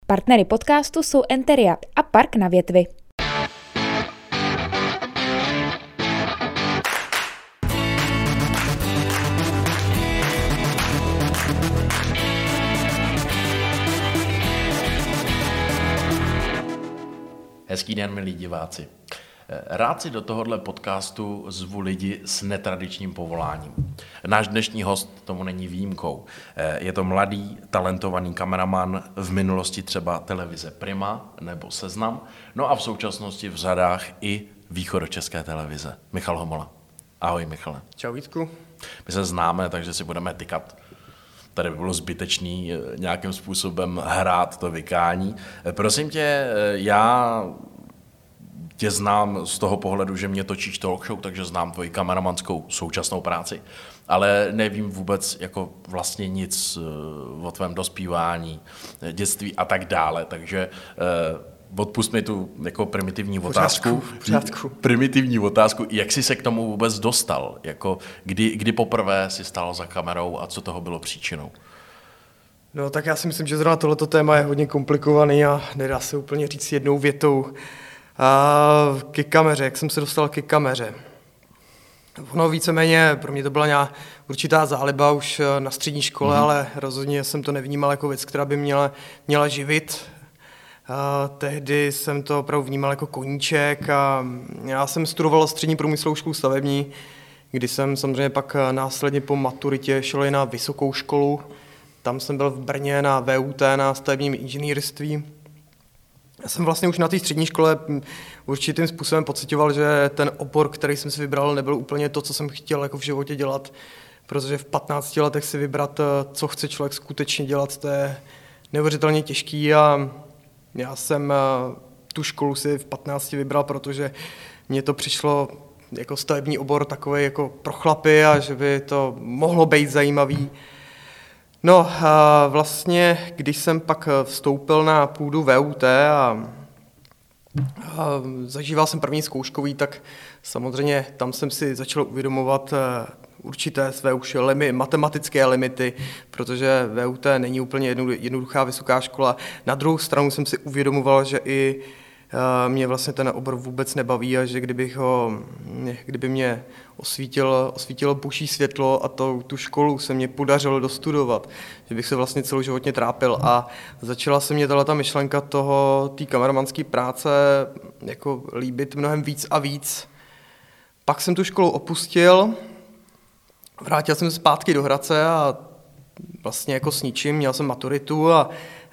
Partnery podcastu jsou Enteria a Park na Větvi. Hezký den, milí diváci. Rád si do tohohle podcastu zvu lidi s netradičním povoláním. Náš dnešní host tomu není výjimkou. Je to mladý, talentovaný kameraman, v minulosti třeba televize Prima nebo Seznam, no a v současnosti v řadách i východočeské televize. Michal Homola. Ahoj, Michale. Čau, Vítku. My se známe, takže si budeme tykat. Tady by bylo zbytečný nějakým způsobem hrát to vykání. Prosím tě, já tě znám z toho pohledu, že mě točíš talk show, takže znám tvoji kameramanskou současnou práci, ale nevím vůbec jako vlastně nic o tvém dospívání, dětství a tak dále, takže odpust mi tu jako primitivní otázku. Primitivní otázku, jak jsi se k tomu vůbec dostal? Jako kdy poprvé jsi stál za kamerou a co toho bylo příčinou? No tak já si myslím, že zrovna tohleto téma je hodně komplikovaný a nedá se úplně říct jednou větou. Ke kameře, jak jsem se dostal ke kameře? No víceméně pro mě to byla nějaká určitá záliba už na střední škole, ale rozhodně jsem to nevnímal jako věc, která by měla živit. Tehdy jsem to opravdu vnímal jako koníček a já jsem studoval střední průmyslovou školu stavební, kdy jsem samozřejmě pak následně po maturitě šel i na vysokou školu. Tam jsem byl v Brně na VUT, na stavebním inženýrství. Já jsem vlastně už na té střední škole určitým způsobem pociťoval, že ten obor, který jsem si vybral, nebyl úplně to, co jsem chtěl jako v životě dělat, protože v 15 letech si vybrat, co chce člověk skutečně dělat, to je neuvěřitelně těžký a já jsem tu školu si v 15 vybral, protože mně to přišlo jako stavební obor takový jako pro chlapy a že by to mohlo být zajímavý. No a vlastně, když jsem pak vstoupil na půdu VUT a zažíval jsem první zkouškový, tak samozřejmě tam jsem si začal uvědomovat určité své už matematické limity, protože VUT není úplně jednoduchá vysoká škola. Na druhou stranu jsem si uvědomoval, že i mě vlastně ten obor vůbec nebaví a že kdyby mě osvítilo boží světlo a tu školu se mě podařilo dostudovat, že bych se vlastně celoživotně trápil a začala se mě ta myšlenka té kameramanské práce jako líbit mnohem víc a víc. Pak jsem tu školu opustil, vrátil jsem se zpátky do Hradce a vlastně jako s ničím, měl jsem maturitu a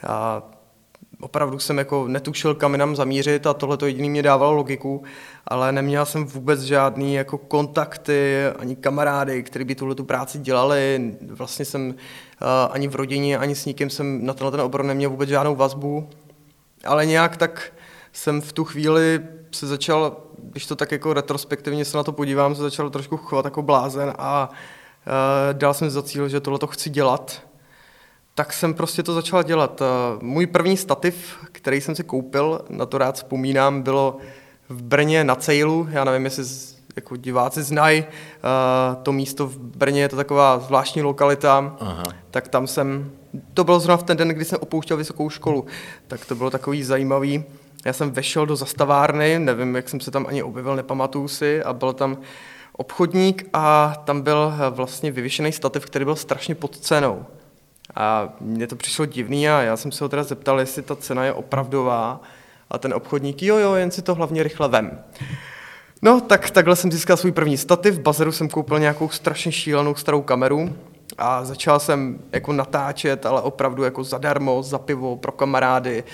opravdu jsem jako netušil, kam jinam zamířit a tohle to jediný mě dávalo logiku, ale neměl jsem vůbec žádný jako kontakty, ani kamarády, kteří by tuhletu práci dělali. Vlastně jsem ani v rodině, ani s nikým jsem na ten obor neměl vůbec žádnou vazbu, ale nějak tak jsem v tu chvíli se začal, když to tak jako retrospektivně se na to podívám, se začal trošku chovat jako blázen a dal jsem za cíl, že tohleto chci dělat. Tak jsem prostě to začal dělat. Můj první stativ, který jsem si koupil, na to rád vzpomínám, bylo v Brně na Cejlu. Já nevím, jestli jako diváci znají. To místo v Brně je to taková zvláštní lokalita. Aha. Tak tam to bylo zrovna v ten den, kdy jsem opouštěl vysokou školu. Tak to bylo takový zajímavý. Já jsem vešel do zastavárny, nevím, jak jsem se tam ani objevil, nepamatuju si, a byl tam obchodník a tam byl vlastně vyvěšený stativ, který byl strašně pod cenou. A mně to přišlo divný a já jsem se ho teda zeptal, jestli ta cena je opravdová a ten obchodník, jo, jen si to hlavně rychle vem. No, takhle jsem získal svůj první stativ, v bazaru jsem koupil nějakou strašně šílenou starou kameru a začal jsem jako natáčet, ale opravdu jako zadarmo, za pivo, pro kamarády.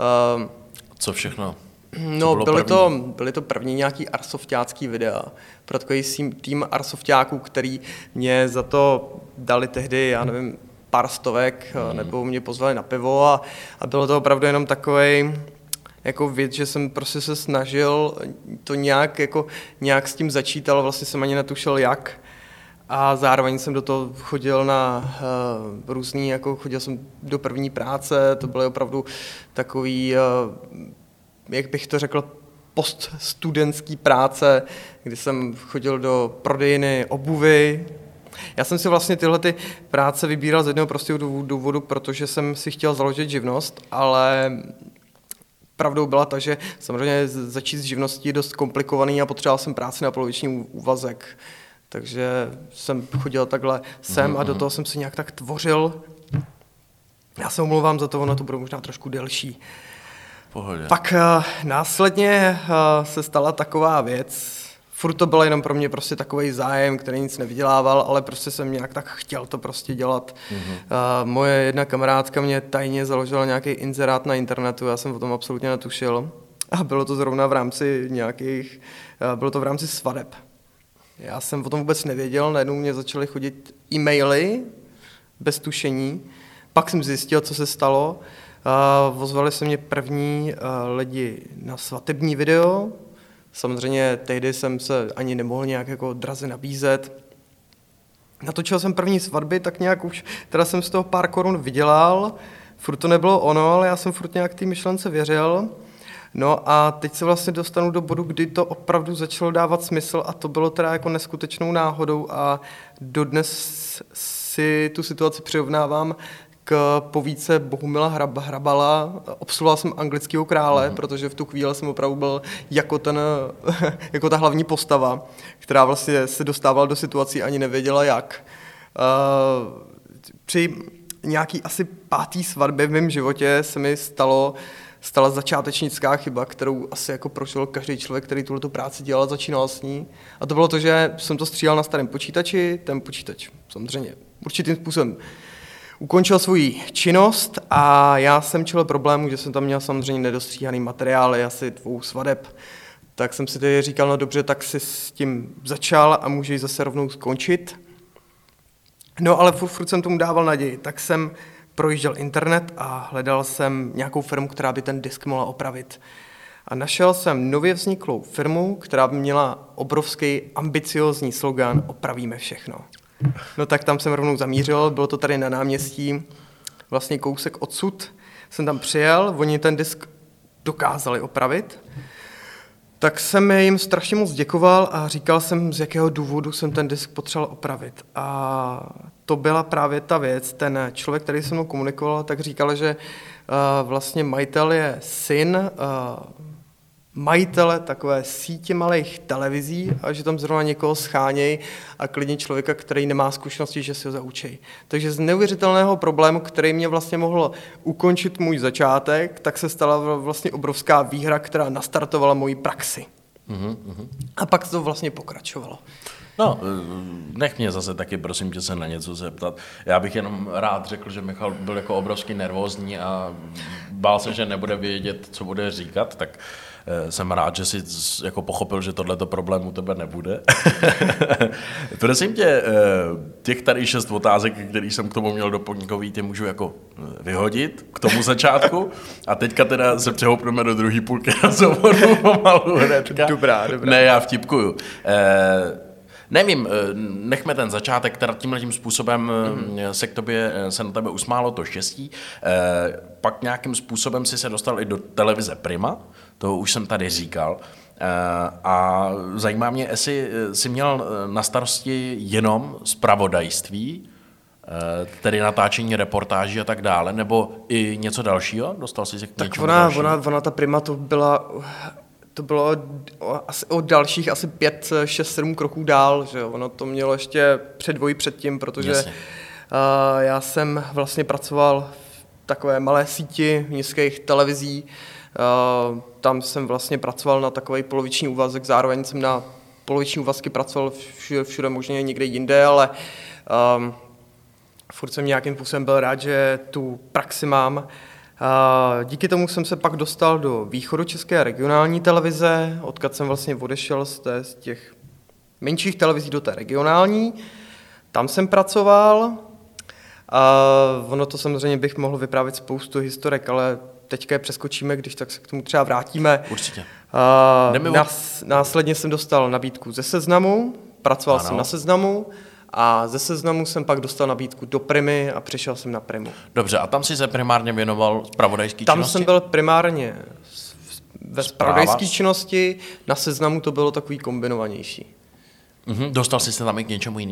Co všechno? No, byly to první nějaký arsofťácký videa pro takový tým arsofťáků, který mě za to dali tehdy, já nevím, pár stovek, nebo mě pozvali na pivo a bylo to opravdu jenom takovej jako věc, že jsem prostě se snažil to nějak s tím začít, ale vlastně jsem ani netušil jak. A zároveň jsem do toho chodil na různý, chodil jsem do první práce, to byly opravdu takový, jak bych to řekl, poststudentský práce, kdy jsem chodil do prodejny obuvy, Já jsem si vlastně tyhle ty práce vybíral z jednoho prostého důvodu, protože jsem si chtěl založit živnost, ale pravdou byla ta, že samozřejmě začít s živností je dost komplikovaný a potřeboval jsem práci na poloviční úvazek. Takže jsem chodil takhle sem a do toho jsem si nějak tak tvořil. Já se omlouvám za to, ono to bude možná trošku delší. Pohodě. Pak následně se stala taková věc, furt to byl jenom pro mě prostě takovej zájem, který nic nevydělával, ale prostě jsem nějak tak chtěl to prostě dělat. Moje jedna kamarádka mě tajně založila nějaký inzerát na internetu, já jsem o tom absolutně netušil. A bylo to zrovna v rámci bylo to v rámci svadeb. Já jsem o tom vůbec nevěděl, najednou mě začaly chodit e-maily bez tušení, pak jsem zjistil, co se stalo. Ozvali se mě první lidi na svatební video. Samozřejmě tehdy jsem se ani nemohl nějak jako draze nabízet. Natočil jsem první svatby, tak nějak už, teda jsem z toho pár korun vydělal. Furt to nebylo ono, ale já jsem furt nějak té myšlence věřil. No a teď se vlastně dostanu do bodu, kdy to opravdu začalo dávat smysl a to bylo teda jako neskutečnou náhodou a dodnes si tu situaci přirovnávám k povídce Bohumila Hrabala. Obsluhoval jsem Anglického krále, protože v tu chvíli jsem opravdu byl jako ta hlavní postava, která vlastně se dostávala do situací, ani nevěděla jak. Při nějaký asi 5. svatbě v mém životě se mi stala začátečnická chyba, kterou asi jako prošel každý člověk, který tuhletu práci dělal, začínal s ní. A to bylo to, že jsem to stříhal na starém počítači, ten počítač samozřejmě určitým způsobem ukončil svoji činnost a já jsem čelil problému, že jsem tam měl samozřejmě nedostříhaný materiály, asi 2 svadeb. Tak jsem si tedy říkal, no dobře, tak si s tím začal a můžu zase rovnou skončit. No ale furt jsem tomu dával naději, tak jsem projížděl internet a hledal jsem nějakou firmu, která by ten disk mohla opravit. A našel jsem nově vzniklou firmu, která by měla obrovský ambiciózní slogan Opravíme všechno. No tak tam jsem rovnou zamířil, bylo to tady na náměstí, vlastně kousek odsud. Jsem tam přijel, oni ten disk dokázali opravit. Tak jsem jim strašně moc děkoval a říkal jsem, z jakého důvodu jsem ten disk potřeboval opravit. A to byla právě ta věc, ten člověk, který se mnou komunikoval, tak říkal, že vlastně majitel je syn majitele takové sítě malých televizí a že tam zrovna někoho scháněj a klidně člověka, který nemá zkušenosti, že si ho zaučej. Takže z neuvěřitelného problému, který mě vlastně mohl ukončit můj začátek, tak se stala vlastně obrovská výhra, která nastartovala moji praxi. A pak to vlastně pokračovalo. No, nech mě zase taky, prosím tě, se na něco zeptat. Já bych jenom rád řekl, že Michal byl jako obrovsky nervózní a bál se, že nebude vědět, co bude říkat, tak jsem rád, že jsi jako pochopil, že tohleto problém u tebe nebude. Prosím tě, těch tady 6 otázek, který jsem k tomu měl doplňkový, ty můžu jako vyhodit k tomu začátku a teďka teda se přehoupneme do druhé půlky rozhovoru pomalu hnedka. Dobrá. Ne, já vtipkuju. Nevím, nechme ten začátek, teda tímhletím způsobem se na tebe usmálo to štěstí. Pak nějakým způsobem si se dostal i do televize Prima, to už jsem tady říkal. A zajímá mě, jestli jsi měl na starosti jenom zpravodajství, tedy natáčení reportáží a tak dále, nebo i něco dalšího? Dostal jsi se k něčemu dalšímu? Ona ta Prima to bylo asi o dalších asi 5, 6, 7 kroků dál, že jo? Ono to mělo ještě předvoj předtím, protože já jsem vlastně pracoval v takové malé síti městských televizí, tam jsem vlastně pracoval na takový poloviční úvazek, zároveň jsem na poloviční úvazky pracoval všude možně někde jinde, ale furt jsem nějakým způsobem byl rád, že tu praxi mám. Díky tomu jsem se pak dostal do východočeské regionální televize, odkud jsem vlastně odešel z těch menších televizí do té regionální. Tam jsem pracoval. Ono to samozřejmě bych mohl vyprávět spoustu historek, ale teďka je přeskočíme, když tak se k tomu třeba vrátíme. Určitě. Následně jsem dostal nabídku ze Seznamu, pracoval jsem na Seznamu. A ze Seznamu jsem pak dostal nabídku do Primy a přišel jsem na Primu. Dobře, a tam jsi se primárně věnoval zpravodajské činnosti? Tam jsem byl primárně ve zpravodajské činnosti, na Seznamu to bylo takový kombinovanější. Dostal jsi se tam i k něčemu jinému?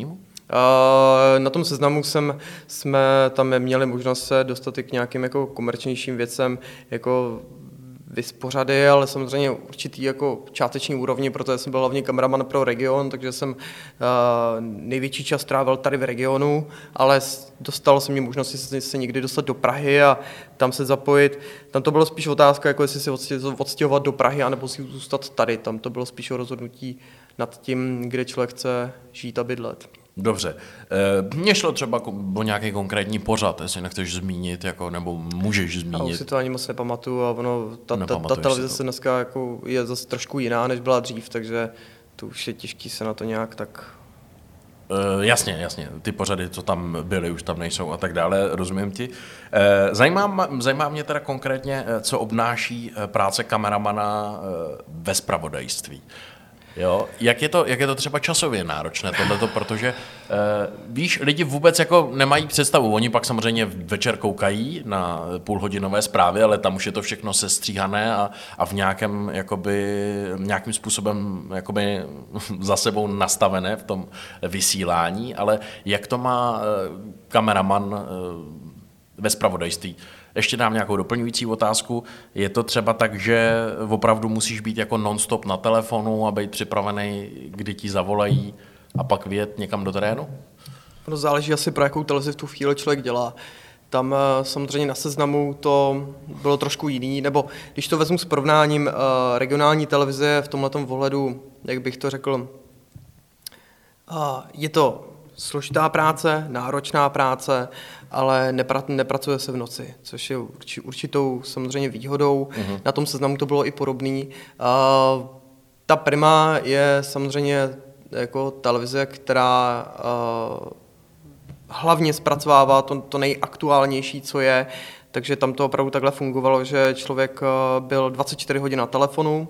Na tom seznamu jsme tam měli možnost se dostat i k nějakým jako komerčnějším věcem, jako vyspořady, ale samozřejmě určitý jako čáteční úrovni, protože jsem byl hlavně kameraman pro region, takže jsem největší čas trávil tady v regionu, ale dostalo se mi možnost se někdy dostat do Prahy a tam se zapojit. Tam to bylo spíš otázka, jako jestli se odstěhovat do Prahy, anebo si zůstat tady. Tam to bylo spíš o rozhodnutí nad tím, kde člověk chce žít a bydlet. Dobře. Mně šlo třeba o nějaký konkrétní pořad, jestli nechceš zmínit, jako, nebo můžeš zmínit. Já už si to ani moc nepamatuju a ono, ta televize se dneska jako je zase trošku jiná, než byla dřív, takže to už je těžký se na to nějak tak... Jasně, ty pořady, co tam byly, už tam nejsou a tak dále, rozumím ti. Zajímá mě teda konkrétně, co obnáší práce kameramana ve zpravodajství. Jo, jak je to třeba časově náročné tohleto, protože víš, lidi vůbec jako nemají představu, oni pak samozřejmě večer koukají na půlhodinové zprávy, ale tam už je to všechno sestříhané a v nějakým způsobem jakoby za sebou nastavené v tom vysílání, ale jak to má kameraman ve zpravodajství? Ještě dám nějakou doplňující otázku. Je to třeba tak, že opravdu musíš být jako non-stop na telefonu a být připravený, kdy ti zavolají a pak vyjet někam do terénu? No, záleží asi, pro jakou televizi v tu chvíli člověk dělá. Tam samozřejmě na seznamu to bylo trošku jiný, nebo když to vezmu s porovnáním, regionální televize v tomhletom ohledu, jak bych to řekl, je to složitá práce, náročná práce, ale nepracuje se v noci, což je určitou samozřejmě výhodou. Na tom seznamu to bylo i podobný. Ta Prima je samozřejmě jako televize, která hlavně zpracovává to nejaktuálnější, co je, takže tam to opravdu takhle fungovalo, že člověk byl 24 hodin na telefonu,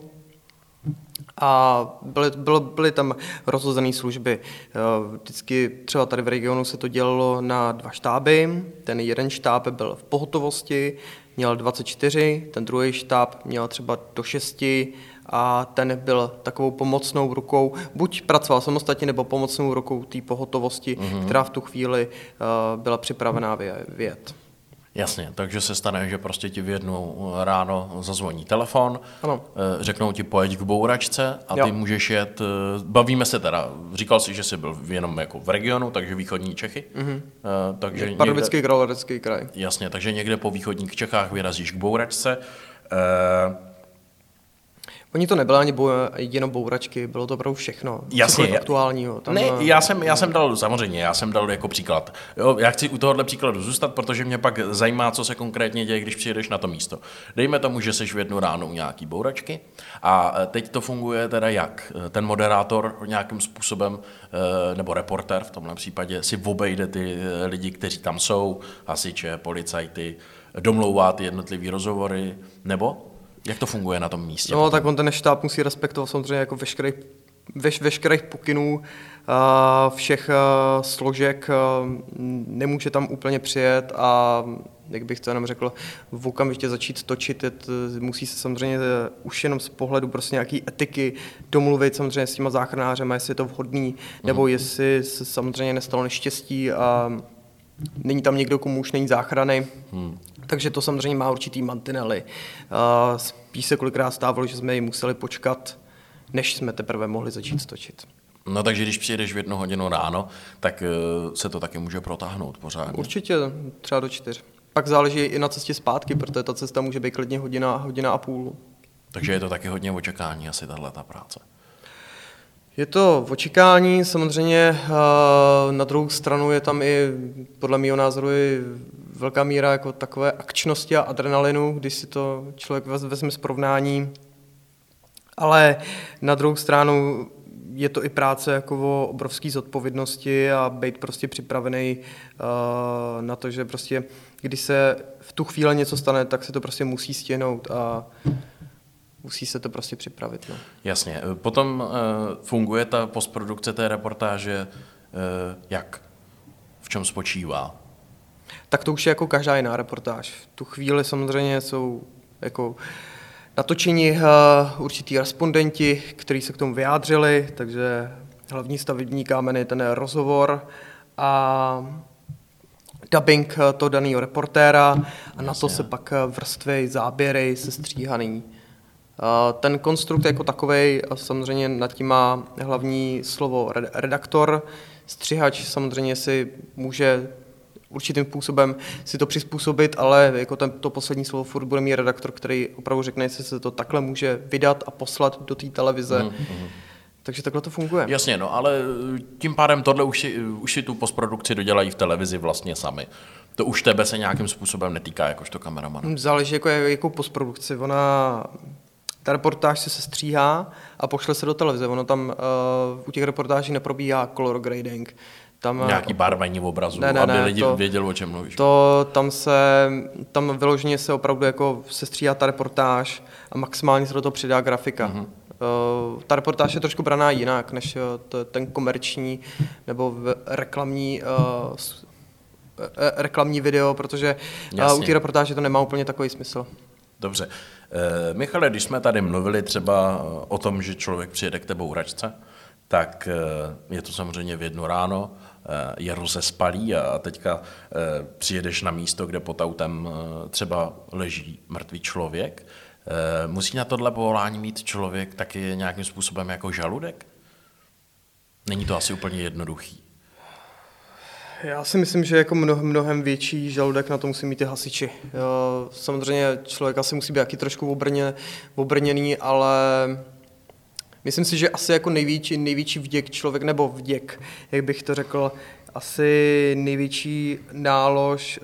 a byly tam rozhozené služby. Vždycky třeba tady v regionu se to dělalo na 2 štáby. Ten jeden štáb byl v pohotovosti, měl 24, ten druhý štáb měl třeba do 6 a ten byl takovou pomocnou rukou, buď pracoval samostatně, nebo pomocnou rukou té pohotovosti, která v tu chvíli byla připravená vyjet. Jasně, takže se stane, že prostě ti v 1 ráno zazvoní telefon, ano. Řeknou ti pojeď k bouračce a ty můžeš jet, bavíme se teda, říkal jsi, že jsi byl jenom jako v regionu, takže východní Čechy. Takže Pardubický kraj, Hradecký kraj. Jasně, takže někde po východních Čechách vyrazíš k bouračce. Oni to nebyly ani jenom bouračky, bylo to opravdu všechno. Jasně. Aktuálního. Tam... Ne, já jsem dal jako příklad. Jo, já chci u tohohle příkladu zůstat, protože mě pak zajímá, co se konkrétně děje, když přijedeš na to místo. Dejme tomu, že jsi v 1 ráno u nějaký bouračky a teď to funguje teda jak? Ten moderátor nějakým způsobem, nebo reportér v tomhle případě, si obejde ty lidi, kteří tam jsou, hasiče, policajty, domlouvá ty jednotlivý rozhovory, nebo? Jak to funguje na tom místě? No, tak on ten štáb musí respektovat samozřejmě jako veškerých pokynů, všech složek, nemůže tam úplně přijet a jak bych to jenom řekl, v okamžitě začít točit, musí se samozřejmě už jenom z pohledu prostě nějaký etiky domluvit samozřejmě s těma záchranářema, jestli je to vhodný, nebo jestli se samozřejmě nestalo neštěstí a není tam někdo, komu už není záchrany. Takže to samozřejmě má určitý mantinely. Spíš se kolikrát stávalo, že jsme ji museli počkat, než jsme teprve mohli začít točit. No takže když přijedeš v 1 hodinu ráno, tak se to taky může protáhnout pořádně. Určitě, třeba do 4. Pak záleží i na cestě zpátky, protože ta cesta může být klidně hodina a půl. Takže je to taky hodně očekání asi tato práce. Je to v očekání, samozřejmě na druhou stranu je tam i podle mého názoru i velká míra jako takové akčnosti a adrenalinu, když si to člověk vezme z porovnání, ale na druhou stranu je to i práce jako o obrovské zodpovědnosti a být prostě připravený na to, že prostě když se v tu chvíli něco stane, tak se to prostě musí stihnout a musí se to prostě připravit. No. Jasně. Potom funguje ta postprodukce té reportáže jak? V čem spočívá? Tak to už je jako každá jiná reportáž. V tu chvíli samozřejmě jsou jako natočení určitý respondenti, kteří se k tomu vyjádřili, takže hlavní stavební kámen je ten rozhovor a dubbing toho daného reportéra a na to se pak vrstvy, záběry, sestříhaný. Ten konstrukt jako takovej, samozřejmě nad tím má hlavní slovo redaktor, střihač samozřejmě si může určitým způsobem si to přizpůsobit, ale jako to poslední slovo furt bude mít redaktor, který opravdu řekne, jestli se to takhle může vydat a poslat do té televize. Takže takhle to funguje. Jasně, no, ale tím pádem tohle už si tu postprodukci dodělají v televizi vlastně sami. To už tebe se nějakým způsobem netýká, jakožto kameramana. Záleží jakou postprodukci. Ta reportáž se sestříhá a pošle se do televize. Ono tam u těch reportáží neprobíhá color grading. Tam, nějaký barvení v obrazu, aby lidi věděli, o čem mluvíš. Tam vyloženě se opravdu jako sestříhá ta reportáž a maximálně se do toho přidá grafika. Ta reportáž je trošku braná jinak, než ten komerční nebo reklamní video, protože u té reportáže to nemá úplně takový smysl. Dobře. Michale, když jsme tady mluvili třeba o tom, že člověk přijede k té bouračce, tak je to samozřejmě v 1 ráno, je rozespalý a teďka přijedeš na místo, kde pod autem třeba leží mrtvý člověk. Musí na tohle povolání mít člověk taky nějakým způsobem jako žaludek? Není to asi úplně jednoduchý. Já si myslím, že jako mnohem větší žaludek na to musí mít i hasiči. Samozřejmě člověk asi musí být taky trošku obrněný, ale myslím si, že asi jako největší vděk člověk, nebo vděk, jak bych to řekl, asi největší nálož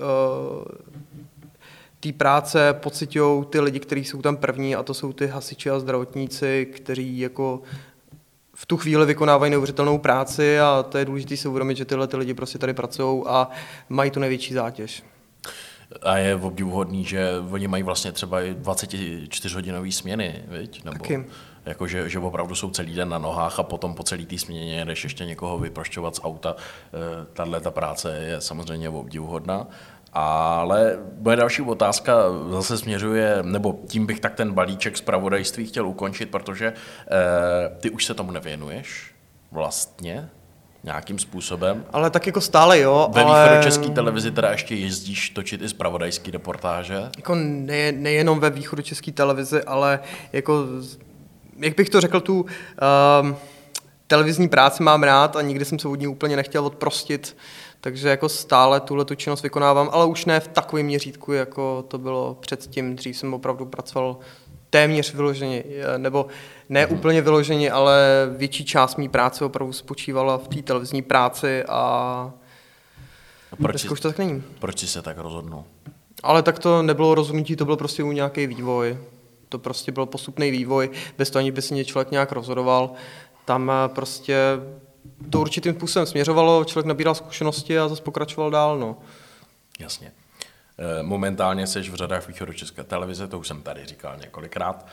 té práce pociťují ty lidi, kteří jsou tam první, a to jsou ty hasiči a zdravotníci, kteří jako v tu chvíli vykonávají neuvěřitelnou práci a to je důležité si uvědomit, že tyhle ty lidi prostě tady pracují a mají tu největší zátěž. A je obdivuhodný, že oni mají vlastně třeba i 24-hodinové směny, viď? Nebo jako, že opravdu jsou celý den na nohách a potom po celý té směně jdeš ještě někoho vyprošťovat z auta. Tato práce je samozřejmě obdivuhodná. Ale moje další otázka zase směřuje, nebo tím bych tak ten balíček zpravodajství chtěl ukončit, protože ty už se tomu nevěnuješ vlastně nějakým způsobem. Ale tak jako stále, jo. Ve východočeské televizi teda ještě jezdíš točit i zpravodajské reportáže? Jako nejenom ve východočeské televizi, ale jako, jak bych to řekl, tu televizní práci mám rád a nikdy jsem se od ní úplně nechtěl odprostit, takže jako stále tu činnost vykonávám, ale už ne v takovém měřítku, jako to bylo předtím. Dřív jsem opravdu pracoval téměř vyloženě, nebo ne úplně vyloženě, ale větší část mý práce opravdu spočívala v té televizní práci a dneska už to tak není. Proč jsi se tak rozhodnul? Ale tak to nebylo rozhodnutí, to byl prostě nějaký vývoj. To prostě byl postupný vývoj, bez toho, aniž by si člověk nějak rozhodoval. Tam prostě to určitým způsobem směřovalo, člověk nabíral zkušenosti a zase pokračoval dál. No. Jasně. Momentálně seš v řadách východočeské televize, to už jsem tady říkal několikrát.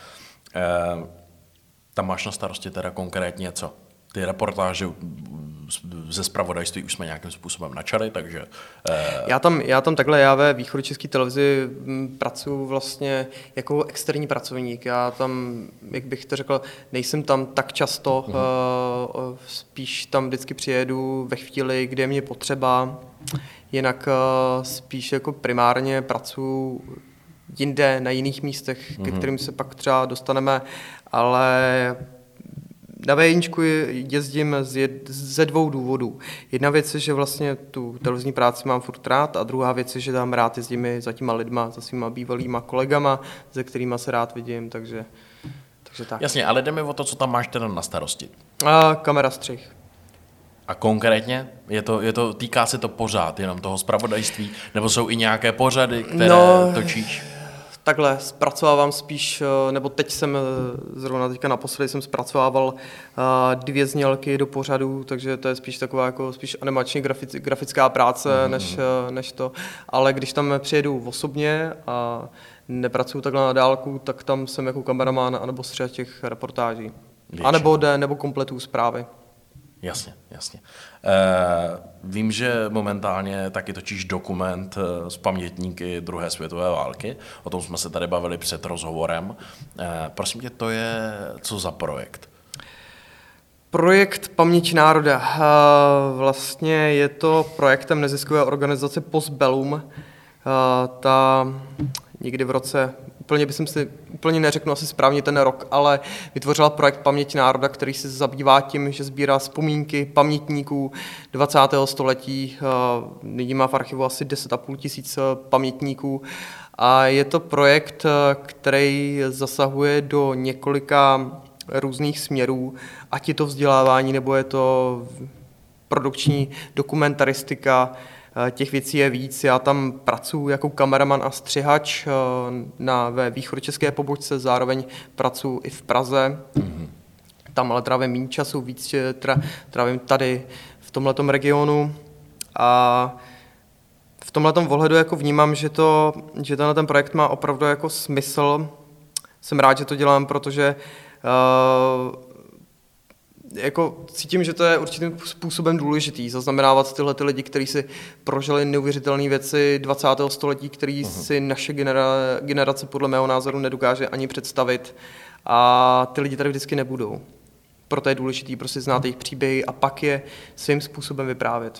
Tam máš na starosti teda konkrétně co? Ty reportáže ze zpravodajství už jsme nějakým způsobem načali, takže... Já ve východočeské televizi pracuji vlastně jako externí pracovník. Já tam, jak bych to řekl, nejsem tam tak často, spíš tam vždycky přijedu ve chvíli, kdy je mě potřeba, jinak spíš jako primárně pracuji jinde, na jiných místech, ke kterým se pak třeba dostaneme, ale... Na V1 jezdím ze 2 důvodů. Jedna věc je, že vlastně tu televizní práci mám furt rád a druhá věc je, že tam rád jezdím za těma lidma, za svýma bývalýma kolegama, se kterýma se rád vidím, takže tak. Jasně, ale jde mi o to, co tam máš teda na starosti. Kamera, střih. A konkrétně? Týká se to pořád jenom toho zpravodajství, nebo jsou i nějaké pořady, které točíš? Takhle, zpracovávám spíš, nebo teď jsem, zrovna teďka naposledy jsem zpracovával 2 znělky do pořadu, takže to je spíš taková jako spíš animační grafická práce, než to. Ale když tam přijedu osobně a nepracuju takhle na dálku, tak tam jsem jako kameraman anebo střihač těch reportáží. Nebo kompletuju zprávy. Jasně. Vím, že momentálně taky točíš dokument z pamětníky druhé světové války. O tom jsme se tady bavili před rozhovorem. Prosím tě, to je co za projekt? Projekt Paměť národa. Vlastně je to projektem neziskové organizace Postbellum. Ta někdy v roce, úplně neřeknu asi správně ten rok, ale vytvořila projekt Paměť národa, který se zabývá tím, že sbírá vzpomínky pamětníků 20. století. Nyní má v archivu asi 10,5 tisíc pamětníků. A je to projekt, který zasahuje do několika různých směrů, ať je to vzdělávání, nebo je to produkční dokumentaristika, těch věcí je víc. Já tam pracuji jako kameraman a střihač ve východočeské pobočce, zároveň pracuji i v Praze. Tam ale trávím méně času, víc trávím tady v tomhletom regionu. A v tomhletom ohledu jako vnímám, že tenhle ten projekt má opravdu jako smysl. Jsem rád, že to dělám, protože jako cítím, že to je určitým způsobem důležitý, zaznamenávat tyhle ty lidi, kteří si prožili neuvěřitelné věci 20. století, který si naše generace podle mého názoru nedokáže ani představit, a ty lidi tady vždycky nebudou. Proto je důležitý prostě znát jejich příběhy a pak je svým způsobem vyprávět.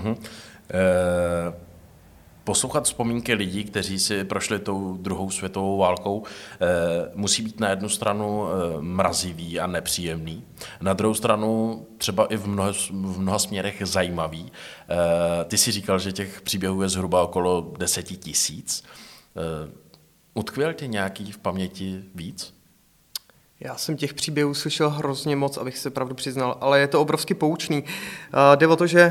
Poslouchat vzpomínky lidí, kteří si prošli tou druhou světovou válkou, musí být na jednu stranu mrazivý a nepříjemný, na druhou stranu třeba i v mnoha směrech zajímavý. Ty si říkal, že těch příběhů je zhruba okolo 10 000. Utkvěl tě nějaký v paměti víc? Já jsem těch příběhů slyšel hrozně moc, abych se pravdu přiznal, ale je to obrovsky poučný. Jde o to, že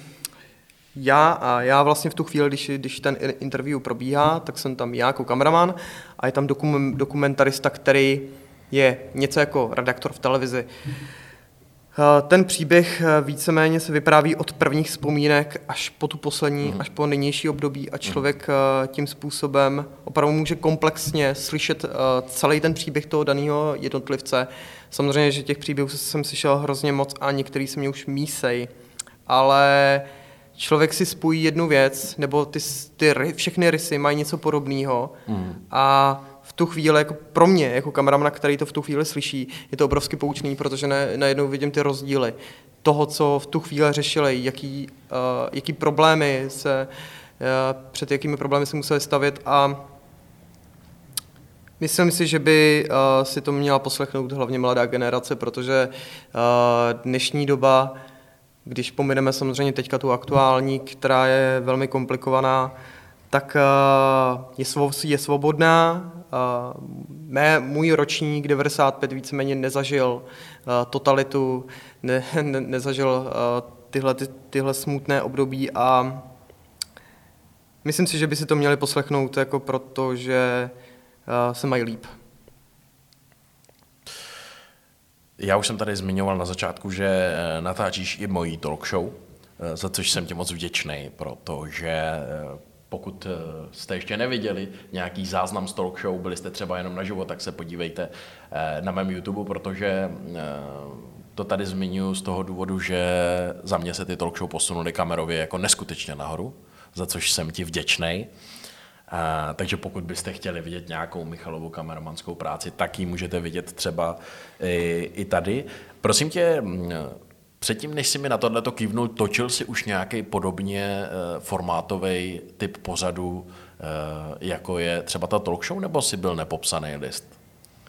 já vlastně v tu chvíli, když ten interview probíhá, tak jsem tam já jako kameraman a je tam dokumentarista, který je něco jako redaktor v televizi. Ten příběh víceméně se vypráví od prvních vzpomínek až po tu poslední, až po nynější období a člověk tím způsobem opravdu může komplexně slyšet celý ten příběh toho daného jednotlivce. Samozřejmě, že těch příběhů jsem slyšel hrozně moc a některý se mě už mísej, ale člověk si spojí jednu věc, nebo všechny rysy mají něco podobného a v tu chvíli, jako pro mě, jako kameramana, který to v tu chvíli slyší, je to obrovsky poučný, protože najednou vidím ty rozdíly toho, co v tu chvíli řešili, jaký problémy před jakými problémy se museli stavět, a myslím si, že by si to měla poslechnout hlavně mladá generace, protože dnešní doba, když pomineme samozřejmě teďka tu aktuální, která je velmi komplikovaná, tak je svobodná. Můj ročník 95 víceméně nezažil totalitu, nezažil tyhle smutné období a myslím si, že by si to měli poslechnout, jako protože se mají líp. Já už jsem tady zmiňoval na začátku, že natáčíš i mojí talk show, za což jsem ti moc vděčný, protože pokud jste ještě neviděli nějaký záznam z talk show, byli jste třeba jenom naživo, tak se podívejte na mém YouTube, protože to tady zmiňuji z toho důvodu, že za mě se ty talk show posunuly kamerově jako neskutečně nahoru, za což jsem ti vděčný. Takže pokud byste chtěli vidět nějakou Michalovu kameramanskou práci, tak ji můžete vidět třeba i tady. Prosím tě, předtím, než jsi mi na tohleto kývnul, točil jsi už nějaký podobně formátový typ pořadu, jako je třeba ta talk show, nebo jsi byl nepopsaný list?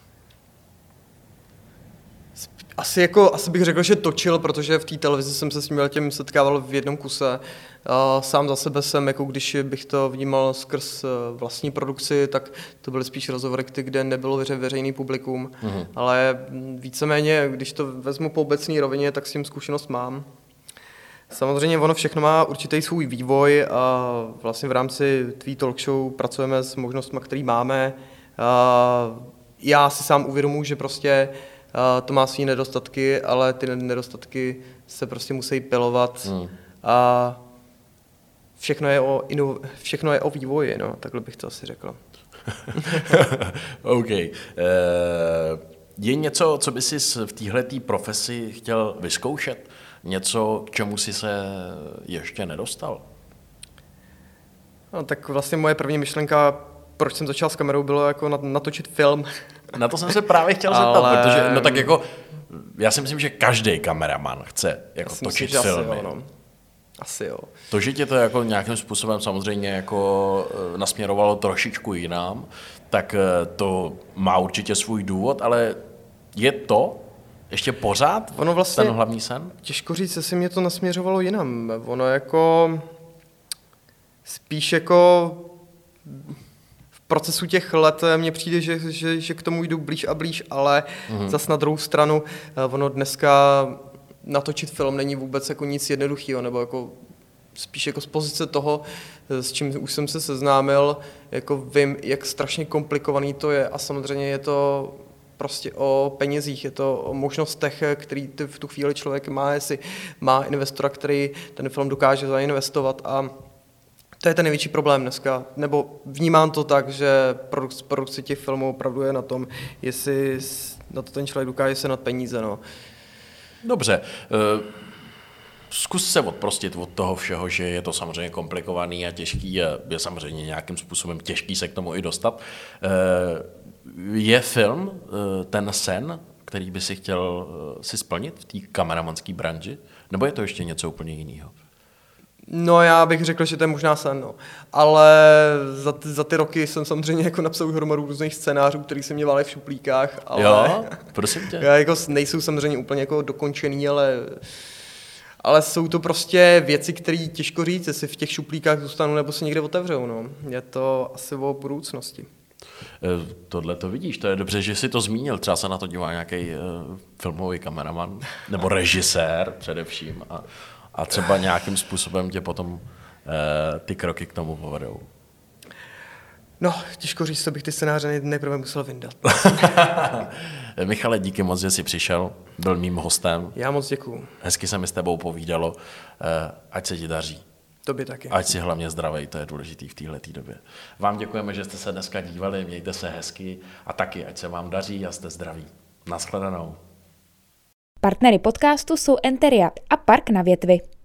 Asi bych řekl, že točil, protože v té televizi jsem se s tím setkával v jednom kuse. Sám za sebe jsem, jako když bych to vnímal skrz vlastní produkci, tak to byly spíš rozhovory, kde nebylo veřejný publikum. Ale víceméně, když to vezmu po obecné rovině, tak s tím zkušenost mám. Samozřejmě ono všechno má určitý svůj vývoj a vlastně v rámci tvý talk show pracujeme s možnostmi, které máme. Já si sám uvědomuji, že prostě to má své nedostatky, ale ty nedostatky se prostě musí pilovat a všechno je o vývoji, no, takhle bych to asi řekl. OK. Je něco, co by si v téhletý profesi chtěl vyzkoušet? Něco, k čemu jsi se ještě nedostal? No, tak vlastně moje první myšlenka, proč jsem začal s kamerou, bylo jako natočit film. Na to jsem se právě chtěl zeptat, protože no tak jako já si myslím, že každý kameraman chce jako točit filmy. Asi jo. To, že tě to jako nějakým způsobem samozřejmě jako nasměrovalo trošičku jinam, tak to má určitě svůj důvod, ale je to ještě pořád vlastně ten hlavní sen? Těžko říct, jestli mě to nasměřovalo jinam. Ono jako spíš jako v procesu těch let mně přijde, že k tomu jdu blíž a blíž, ale zas na druhou stranu ono dneska natočit film není vůbec jako nic jednoduchého, nebo jako spíš jako z pozice toho, s čím už jsem se seznámil, jako vím, jak strašně komplikovaný to je a samozřejmě je to prostě o penězích, je to o možnostech, který v tu chvíli člověk má, jestli má investora, který ten film dokáže zainvestovat a to je ten největší problém dneska, nebo vnímám to tak, že produkce těch filmů opravdu je na tom, jestli na to ten člověk dokáže se nad peníze, no. Dobře, zkus se odprostit od toho všeho, že je to samozřejmě komplikovaný a těžký, je samozřejmě nějakým způsobem těžký se k tomu i dostat. Je film ten sen, který by si chtěl si splnit v té kameramanské branži, nebo je to ještě něco úplně jiného? No já bych řekl, že to je možná sen, no. Ale za ty roky jsem samozřejmě jako napsal hromadu různých scénářů, který se mě vály v šuplíkách, ale jo, prosím tě. Jako nejsou samozřejmě úplně jako dokončený, ale jsou to prostě věci, které těžko říct, jestli v těch šuplíkách zůstanou nebo se někde otevřou, no. Je to asi o budoucnosti. Tohle to vidíš, to je dobře, že jsi to zmínil, třeba se na to dívá nějaký filmový kameraman, nebo režisér především a třeba nějakým způsobem tě potom ty kroky k tomu povedou. No, těžko říct, to bych ty scénáře nejprve musel vyndat. Michale, díky moc, že jsi přišel, byl mým hostem. Já moc děkuju. Hezky se mi s tebou povídalo, ať se ti daří. Tobě taky. Ať si hlavně zdravej, to je důležitý v téhleté době. Vám děkujeme, že jste se dneska dívali, mějte se hezky a taky, ať se vám daří a jste zdraví. Naschledanou. Partnery podcastu jsou Enteria a Park na Větvi.